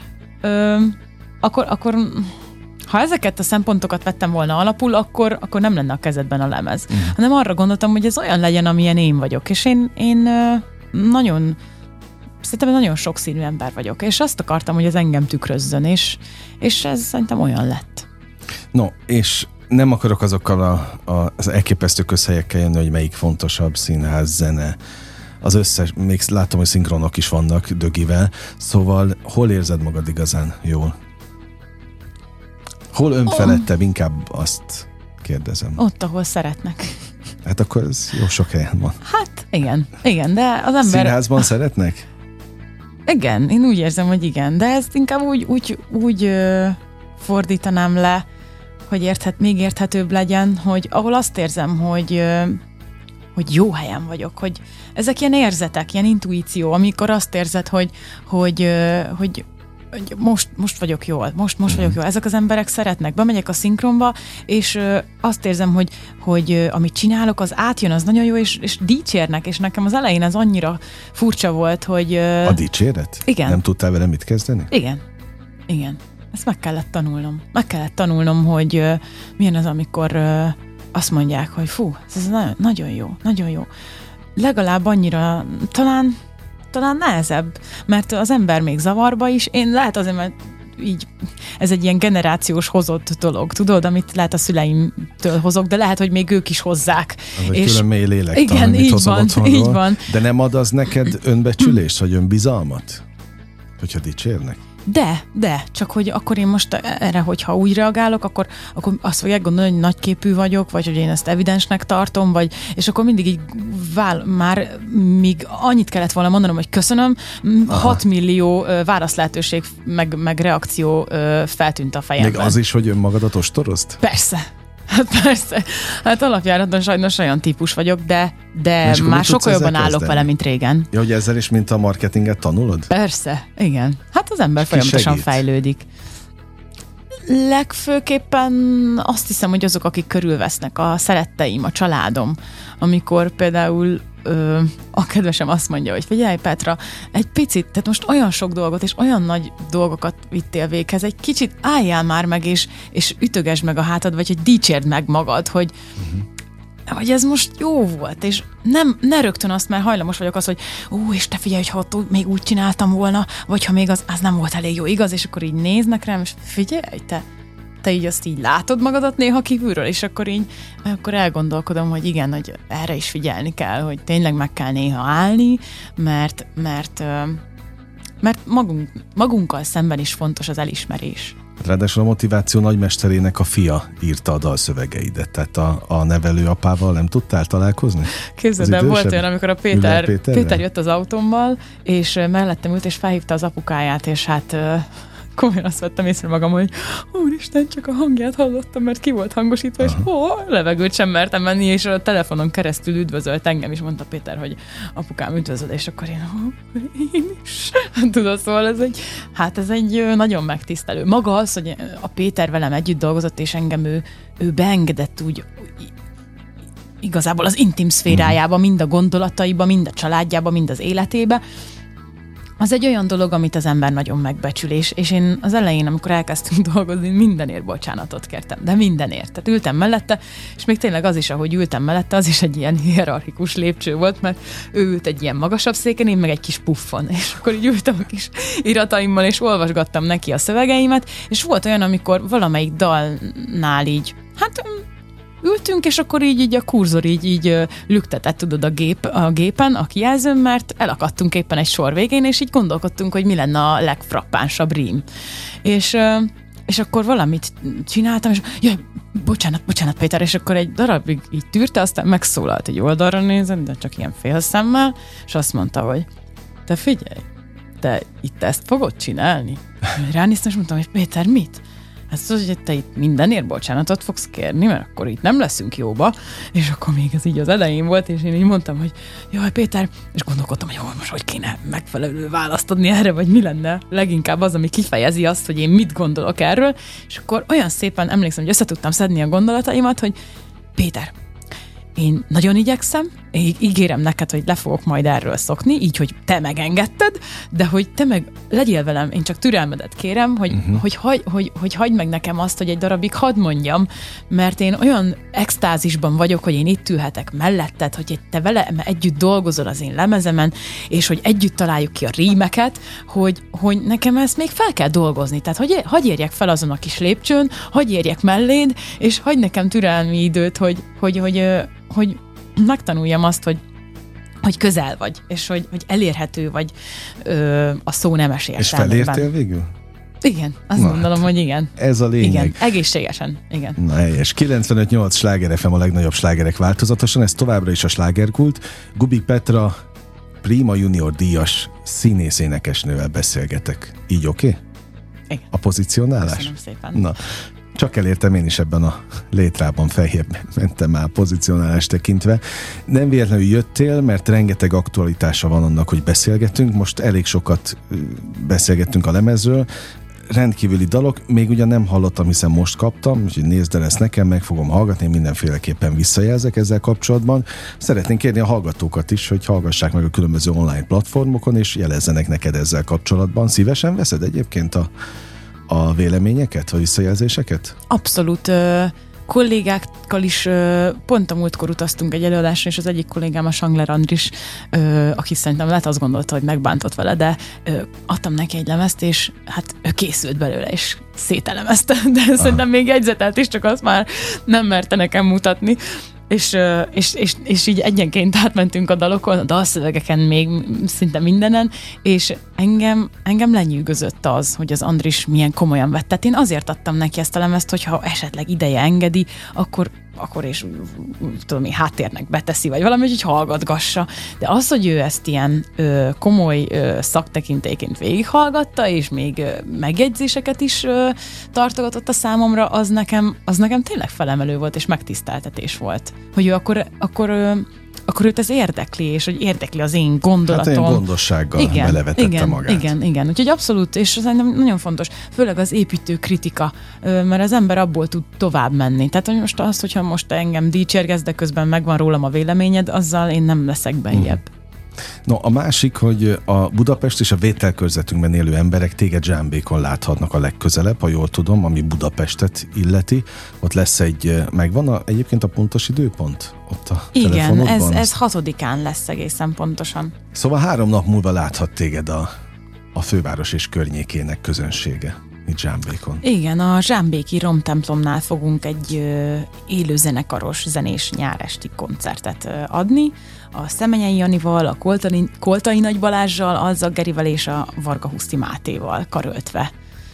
ha ezeket a szempontokat vettem volna alapul, akkor nem lenne a kezedben a lemez. Hanem arra gondoltam, hogy ez olyan legyen, amilyen én vagyok. És én szerintem nagyon sokszínű ember vagyok. És azt akartam, hogy ez engem tükrözzön, és ez szerintem olyan lett. No, és nem akarok azokkal az elképesztő közhelyekkel jönni, hogy melyik fontosabb, színház, zene, az összes, még látom, hogy szinkronok is vannak Dögivel, szóval hol érzed magad igazán jól? Hol önfeledtebb, inkább azt kérdezem. Ott, ahol szeretnek. Hát akkor ez jó sok helyen van. Hát igen, de az ember... Színházban szeretnek? Igen, én úgy érzem, hogy igen, de ezt inkább úgy fordítanám le, hogy még érthetőbb legyen, hogy ahol azt érzem, hogy jó helyen vagyok, hogy ezek ilyen érzetek, ilyen intuíció, amikor azt érzed, hogy most vagyok jól, most vagyok jól. Ezek az emberek szeretnek. Bemegyek a szinkronba, és azt érzem, hogy amit csinálok, az átjön, az nagyon jó, és dicsérnek, és nekem az elején ez annyira furcsa volt, hogy... A dicséret? Igen. Nem tudtál vele mit kezdeni? Igen. Ezt meg kellett tanulnom. Meg kellett tanulnom, hogy milyen az, amikor azt mondják, hogy fú, ez nagyon jó. Legalább annyira, talán nehezebb, mert az ember még zavarba is. Én lehet azért, mert így, ez egy ilyen generációs hozott dolog, tudod, amit lehet a szüleimtől hozok, de lehet, hogy még ők is hozzák. Az egy külön mély lélektan, igen, amit hozol otthonról. így van. De nem ad az neked önbecsülést, vagy önbizalmat? Hogyha dicsérnek? De, csak hogy akkor én most erre, hogyha úgy reagálok, akkor azt fogják gondolni, hogy nagyképű vagyok, vagy hogy én ezt evidensnek tartom, és akkor mindig így már míg annyit kellett volna mondanom, hogy köszönöm, 6 millió válaszlehetőség meg reakció feltűnt a fejemben. Még az is, hogy önmagadat ostorozd? Persze. Hát alapjáraton sajnos olyan típus vagyok, de már sokkal jobban állok vele, mint régen. Ja, hogy ezzel is, mint a marketinget tanulod? Persze, igen. Hát az ember folyamatosan fejlődik. Legfőképpen azt hiszem, hogy azok, akik körülvesznek, a szeretteim, a családom, amikor például a kedvesem azt mondja, hogy figyelj Petra, egy picit, tehát most olyan sok dolgot és olyan nagy dolgokat vittél véghez, egy kicsit álljál már meg, és ütögesd meg a hátad, vagy hogy dicsérd meg magad, hogy ez most jó volt, és ne rögtön azt, mert hajlamos vagyok az, hogy és te figyelj, hogy ha még úgy csináltam volna, vagy ha még az nem volt elég jó, igaz, és akkor így néznek rám, és figyelj, te így azt így látod magadat néha kívülről, és akkor elgondolkodom, hogy igen, hogy erre is figyelni kell, hogy tényleg meg kell néha állni, mert magunkkal szemben is fontos az elismerés. Ráadásul a motiváció nagymesterének a fia írta a dalszövegeidet, tehát a nevelőapával nem tudtál találkozni? Képzeld el, volt olyan, amikor a Péter jött az autómmal, és mellettem ült, és felhívta az apukáját, és hát komolyan azt vettem észre magam, hogy úristen, csak a hangját hallottam, mert ki volt hangosítva, és levegőt sem mertem menni, és a telefonon keresztül üdvözölt engem, és mondta Péter, hogy apukám üdvözöl, és akkor én is. Tudod, szóval ez egy nagyon megtisztelő. Maga az, hogy a Péter velem együtt dolgozott, és engem ő beengedett úgy igazából az intim szférájába, mind a gondolataiba, mind a családjába, mind az életébe, az egy olyan dolog, amit az ember nagyon megbecsül, és én az elején, amikor elkezdtünk dolgozni, mindenért bocsánatot kértem, de mindenért. Tehát ültem mellette, és még tényleg az is, ahogy ültem mellette, az is egy ilyen hierarchikus lépcső volt, mert ő ült egy ilyen magasabb széken, én meg egy kis puffon, és akkor így ültem a kis irataimmal, és olvasgattam neki a szövegeimet, és volt olyan, amikor valamelyik dalnál így, ültünk, és akkor így a kurzor így lüktetett, tudod, a gépen, a kijelzőn, mert elakadtunk éppen egy sor végén, és így gondolkodtunk, hogy mi lenne a legfrappánsabb rím. És akkor valamit csináltam, és jaj, bocsánat, Péter, és akkor egy darabig így tűrte, aztán megszólalt, egy oldalra nézett, de csak ilyen félszemmel, és azt mondta, hogy te figyelj, te itt ezt fogod csinálni? Ránéztem, és mondtam, hogy Péter, mit? Hát hogy te itt mindenért bocsánatot fogsz kérni, mert akkor itt nem leszünk jóba, és akkor még ez így az elején volt, és én így mondtam, hogy jaj, Péter, és gondolkodtam, hogy most hogy kéne megfelelő választ adni erre, vagy mi lenne leginkább az, ami kifejezi azt, hogy én mit gondolok erről, és akkor olyan szépen emlékszem, hogy össze tudtam szedni a gondolataimat, hogy Péter, én nagyon igyekszem, ígérem neked, hogy le fogok majd erről szokni, így, hogy te megengedted, de hogy te meg legyél velem, én csak türelmedet kérem, hogy hagyd meg nekem azt, hogy egy darabig hadd mondjam, mert én olyan extázisban vagyok, hogy én itt ülhetek melletted, hogy te velem együtt dolgozol az én lemezemen, és hogy együtt találjuk ki a rímeket, hogy nekem ezt még fel kell dolgozni. Tehát hagyj érjek fel azon a kis lépcsőn, hagyj érjek melléd, és hagyj nekem türelmi időt, hogy megtanuljam azt, hogy közel vagy, és hogy elérhető vagy a szó nemes értelmében. És felértél végül? Igen, azt gondolom, hogy igen. Ez a lényeg. Igen, egészségesen, igen. Na helyes. 95.8 Sláger FM, a legnagyobb slágerek változatosan, ez továbbra is a slágerkult. Gubik Petra, Prima Junior díjas színész-énekesnővel beszélgetek. Így oké? Igen. A pozicionálás? Köszönöm szépen. Na, csak elértem én is ebben a létrában, feljebb mentem már pozicionálást tekintve. Nem véletlenül jöttél, mert rengeteg aktualitása van annak, hogy beszélgetünk. Most elég sokat beszélgettünk a lemezről. Rendkívüli dalok, még ugyan nem hallottam, hiszen most kaptam, úgyhogy nézd el ezt nekem, meg fogom hallgatni, mindenféleképpen visszajelzek ezzel kapcsolatban. Szeretnénk kérni a hallgatókat is, hogy hallgassák meg a különböző online platformokon, és jelezzenek neked ezzel kapcsolatban. Szívesen veszed egyébként a véleményeket, vagy visszajelzéseket? Abszolút. Kollégákkal is pont a múltkor utaztunk egy előadásra, és az egyik kollégám a Sangler Andris, aki szerintem lehet azt gondolta, hogy megbántott vele, de adtam neki egy lemezt, és hát ő készült belőle, és szételemezte, de szerintem még jegyzetelt is, csak azt már nem merte nekem mutatni. És így egyenként átmentünk a dalokon, a dalszövegeken, még szinte mindenen, és engem lenyűgözött az, hogy az Andris milyen komolyan vett. Tehát én azért adtam neki ezt a lemezt, hogyha esetleg ideje engedi, akkor és tudom én, háttérnek beteszi, vagy valami, hogy hallgatgassa. De az, hogy ő ezt ilyen komoly szaktekintélyként végighallgatta, és még megjegyzéseket is tartogatott a számomra, az nekem tényleg felemelő volt, és megtiszteltetés volt. Hogy ő akkor őt ez érdekli, és hogy érdekli az én gondolatom. Hát olyan gondossággal belevetette magát. Igen. Úgyhogy abszolút, és szerintem nagyon fontos, főleg az építő kritika, mert az ember abból tud tovább menni. Tehát hogy most az, hogyha most engem dicsérgesz, de közben megvan rólam a véleményed, azzal én nem leszek bejjebb. No, a másik, hogy a Budapest és a vételkörzetünkben élő emberek téged Zsámbékon láthatnak a legközelebb, ha jól tudom, ami Budapestet illeti. Ott lesz megvan egyébként a pontos időpont? Ott a telefonodban? Igen, ez 6-án lesz egészen pontosan. Szóval 3 nap múlva láthat téged a főváros és környékének közönsége. Itt Zsámbékon. Igen, a zsámbéki romtemplomnál fogunk egy élő zenekaros zenés nyáresti koncertet adni. A Szemenyei Janival, a Koltai Nagy Balázssal, a Zaggerivel és a Varga Huszti Mátéval karöltve.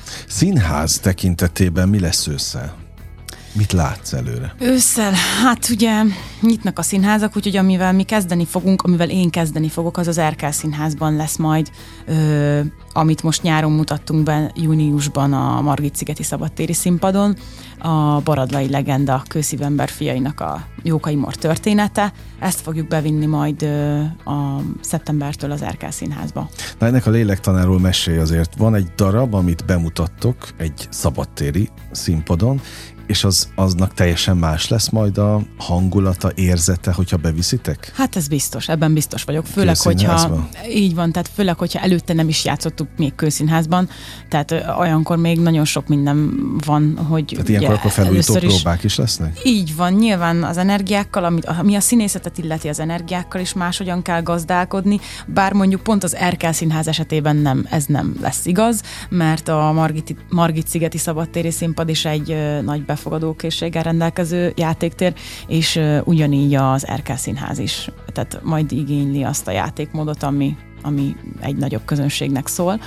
Színház tekintetében mi lesz ősszel? Mit látsz előre? Ősszel, hát ugye nyitnak a színházak, úgyhogy amivel mi kezdeni fogunk, amivel én kezdeni fogok, az Erkel Színházban lesz majd, amit most nyáron mutattunk be júniusban a Margit-szigeti szabadtéri színpadon, a Baradlai legenda Kőszívember fiainak a Jókai Mor története. Ezt fogjuk bevinni majd a szeptembertől az Erkel Színházba. Na, ennek a lélektanáról mesélj azért. Van egy darab, amit bemutattok egy szabadtéri színpadon, és aznak teljesen más lesz majd a hangulata, érzete, hogyha beviszitek? Hát ez biztos, ebben biztos vagyok. Főleg, hogyha így van, tehát főleg, hogyha előtte nem is játszottuk még Kőszínházban, tehát olyankor még nagyon sok minden van, hogy tehát ilyenkor akkor felújító próbák is lesznek? Így van, nyilván az energiákkal, ami a színészetet illeti, az energiákkal is máshogyan kell gazdálkodni, bár mondjuk pont az Erkel Színház esetében ez nem lesz igaz, mert a Margit-szigeti szabadtéri színpad is egy nagy befogadókészséggel rendelkező játéktér, és ugyanígy az Erkel Színház is. Tehát majd igényli azt a játékmódot, ami egy nagyobb közönségnek szól.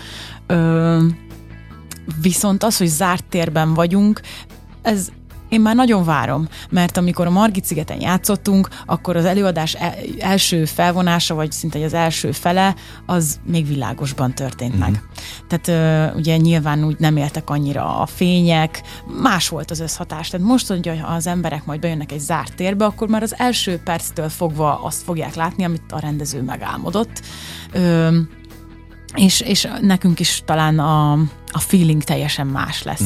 Viszont az, hogy zárt térben vagyunk, én már nagyon várom, mert amikor a Margit-szigeten játszottunk, akkor az előadás első felvonása, vagy szinte az első fele, az még világosban történt meg. Tehát ugye nyilván úgy nem éltek annyira a fények, más volt az összhatás. Tehát most, hogy az emberek majd bejönnek egy zárt térbe, akkor már az első perctől fogva azt fogják látni, amit a rendező megálmodott. És nekünk is talán a feeling teljesen más lesz.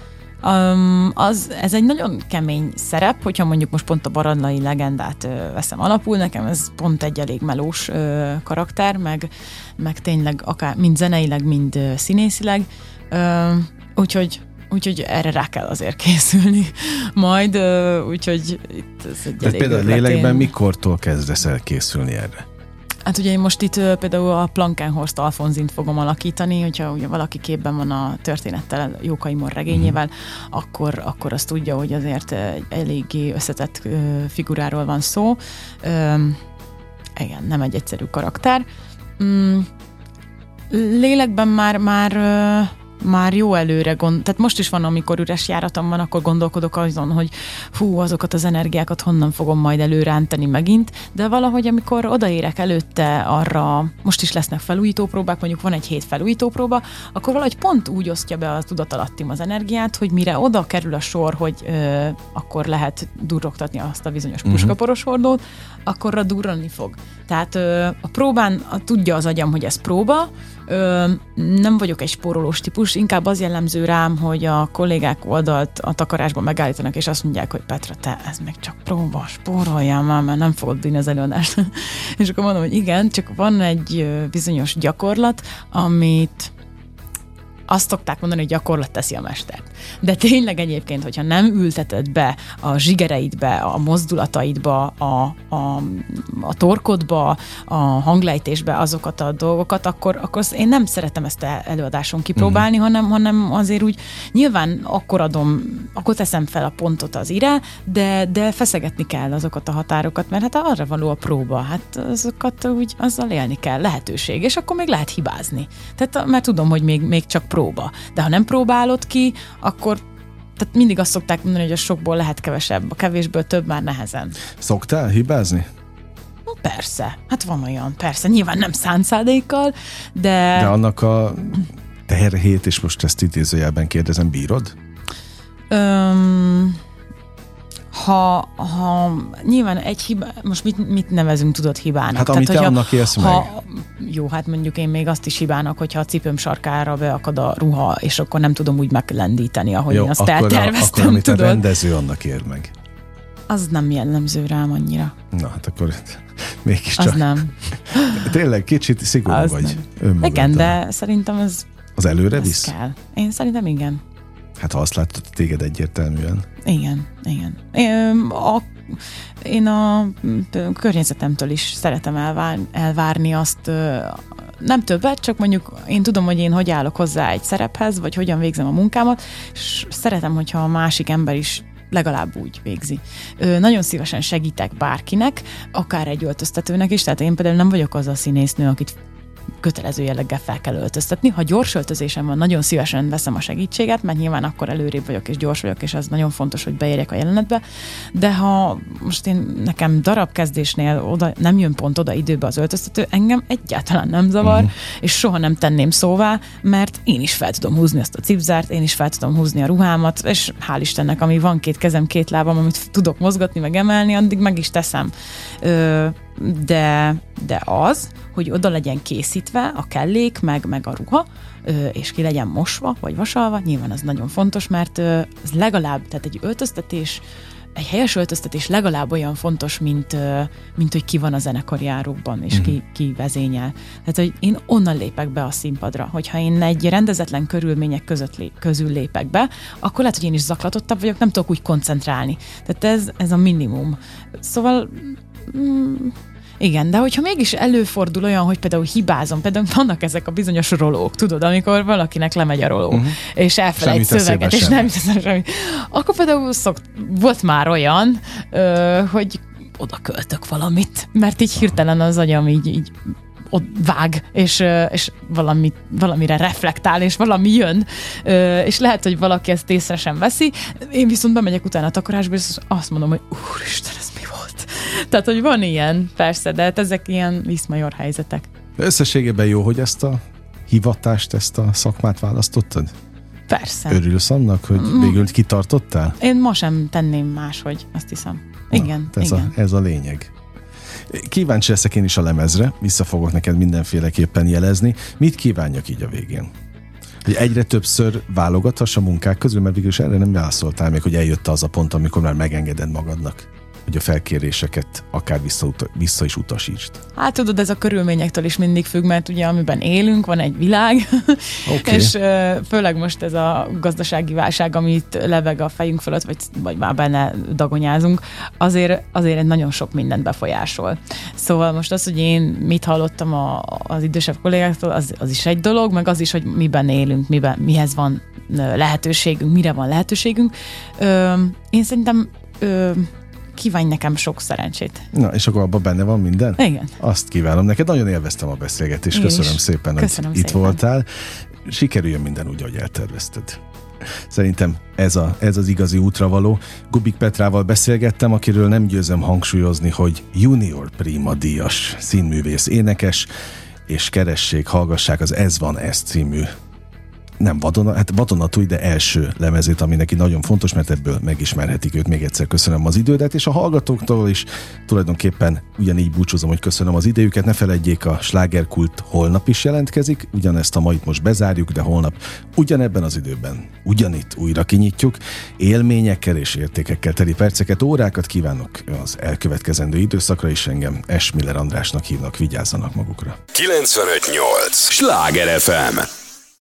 Ez egy nagyon kemény szerep, hogyha mondjuk most pont a Baradlai legendát veszem alapul, nekem ez pont egy elég melós karakter, meg tényleg akár mind zeneileg, mind színészileg, úgyhogy erre rá kell azért készülni majd, úgyhogy itt ez egy elég például lélekben mikortól kezdesz el készülni erre? Hát ugye én most itt például a Plankenhorst Alfonzint fogom alakítani, hogyha ugye valaki képben van a történettel, Jókai Mor regényével, akkor azt tudja, hogy azért egy eléggé összetett figuráról van szó. Igen, nem egy egyszerű karakter. Lélekben már jó előre tehát most is van, amikor üres járatom van, akkor gondolkodok azon, hogy azokat az energiákat honnan fogom majd előrántani megint, de valahogy amikor odaérek előtte arra, most is lesznek felújítópróbák, mondjuk van egy 7 felújítópróba, akkor valahogy pont úgy osztja be a tudatalattim az energiát, hogy mire oda kerül a sor, hogy akkor lehet durrogtatni azt a bizonyos puskaporos hordót, akkorra durrani fog. Tehát a próbán tudja az agyam, hogy ez próba, nem vagyok egy spórolós típus, inkább az jellemző rám, hogy a kollégák oldalt a takarásban megállítanak, és azt mondják, hogy Petra, te ez még csak próba, spóroljál már, mert nem fogod bírni az előadást. És akkor mondom, hogy igen, csak van egy bizonyos gyakorlat, amit azt szokták mondani, hogy gyakorlat teszi a mestert. De tényleg egyébként, hogyha nem ülteted be a zsigereidbe, a mozdulataidba, a torkodba, a hanglejtésbe azokat a dolgokat, akkor én nem szeretem ezt előadáson kipróbálni, hanem azért úgy nyilván akkor teszem fel a pontot az ire, de feszegetni kell azokat a határokat, mert hát arra való a próba, hát azokat úgy azzal élni kell, lehetőség, és akkor még lehet hibázni. Tehát, mert tudom, hogy még csak próba. De ha nem próbálod ki, akkor tehát mindig azt szokták mondani, hogy a sokból lehet kevesebb, a kevésből több már nehezen. Szoktál hibázni? Persze, hát van olyan, persze, nyilván nem szándékkal, de... De annak a terhét, és most ezt idézőjelben kérdezem, bírod? Ha nyilván egy hiba, most mit nevezünk tudod hibának? Hát amit te annak élsz meg. Jó, hát mondjuk én még azt is hibának, hogyha a cipőm sarkára beakad a ruha, és akkor nem tudom úgy meglendíteni, ahogy én azt elterveztem, akkor amit tudod? a rendező annak ér meg. Az nem jellemző rám annyira. Na, hát akkor mégiscsak. Az nem. Tényleg kicsit szigorú az vagy önmagaddal. Igen, de szerintem ez az előre visz? Kell. Én szerintem igen. Hát ha azt látod, téged egyértelműen. Igen. Én a környezetemtől is szeretem elvárni azt, nem többet, csak mondjuk én tudom, hogy én hogy állok hozzá egy szerephez, vagy hogyan végzem a munkámat, és szeretem, hogyha a másik ember is legalább úgy végzi. Nagyon szívesen segítek bárkinek, akár egy öltöztetőnek is, tehát én például nem vagyok az a színésznő, akit kötelező jelleggel fel kell öltöztetni. Ha gyors öltözésem van, nagyon szívesen veszem a segítséget, mert nyilván akkor előrébb vagyok és gyors vagyok, és az nagyon fontos, hogy beérjek a jelenetbe. De ha most nekem darabkezdésnél oda, nem jön pont oda időbe az öltöztető, engem egyáltalán nem zavar, és soha nem tenném szóvá, mert én is fel tudom húzni azt a cipzárt, én is fel tudom húzni a ruhámat, és hál' Istennek, ami van 2 kezem, 2 lábam, amit tudok mozgatni, meg emelni, addig meg is teszem. De az, hogy oda legyen készítve a kellék, meg a ruha, és ki legyen mosva, vagy vasalva, nyilván az nagyon fontos, mert az legalább, tehát egy öltöztetés, egy helyes öltöztetés legalább olyan fontos, mint hogy ki van a zenekari járókban, és ki vezényel. Tehát, hogy én onnan lépek be a színpadra. Hogyha én egy rendezetlen körülmények közül lépek be, akkor lehet, hogy én is zaklatottabb vagyok, nem tudok úgy koncentrálni. Tehát ez a minimum. Szóval... igen, de hogyha mégis előfordul olyan, hogy például hibázom, például vannak ezek a bizonyos rolók, tudod, amikor valakinek lemegy a roló, és elfelejt szöveget, és nem teszem semmit. Akkor például volt már olyan, hogy oda költök valamit, mert így hirtelen az agyam így ott vág, és valamire reflektál, és valami jön, és lehet, hogy valaki ezt észre sem veszi, én viszont bemegyek utána a takarásba, és azt mondom, hogy úristen, ez mi volt? Tehát, hogy van ilyen, persze, de ezek ilyen viszmajor helyzetek. Összességében jó, hogy ezt a hivatást, ezt a szakmát választottad? Persze. Örülsz annak, hogy végül kitartottál? Én ma sem tenném máshogy, azt hiszem. Igen, igen. Ez a lényeg. Kíváncsi leszek én is a lemezre, vissza fogok neked mindenféleképpen jelezni. Mit kívánjak így a végén? Hogy egyre többször válogathass a munkák közül, mert végül is erre nem válaszoltál még, hogy eljött az a pont, amikor már megengeded magadnak, hogy a felkéréseket akár vissza is utasítsd. Hát tudod, ez a körülményektől is mindig függ, mert ugye amiben élünk, van egy világ, okay. És főleg most ez a gazdasági válság, amit leveg a fejünk fölött, vagy már benne dagonyázunk, azért nagyon sok mindent befolyásol. Szóval most az, hogy én mit hallottam az idősebb kollégáktól, az is egy dolog, meg az is, hogy miben élünk, mihez van lehetőségünk, mire van lehetőségünk. Én szerintem kívánj nekem sok szerencsét. Na, és akkor abban benne van minden? Igen. Azt kívánom neked. Nagyon élveztem a beszélgetést. Köszönöm szépen, hogy itt voltál. Sikerüljön minden úgy, ahogy eltervezted. Szerintem ez az igazi útravaló. Gubik Petrával beszélgettem, akiről nem győzöm hangsúlyozni, hogy junior prima díjas színművész, énekes, és keressék, hallgassák az Ez van ez című nem vadonatúj, de első lemezét, ami neki nagyon fontos, mert ebből megismerhetik őt. Még egyszer köszönöm az idődet, és a hallgatóktól is tulajdonképpen ugyanígy búcsúzom, hogy köszönöm az idejüket. Ne feledjék, a Slágerkult holnap is jelentkezik, ugyanezt a mait most bezárjuk, de holnap ugyanebben az időben, ugyanitt újra kinyitjuk. Élményekkel és értékekkel teli perceket, órákat kívánok az elkövetkezendő időszakra, és engem Esmiller Andrásnak hívnak, vigyázzanak magukra. 95.8 Sláger FM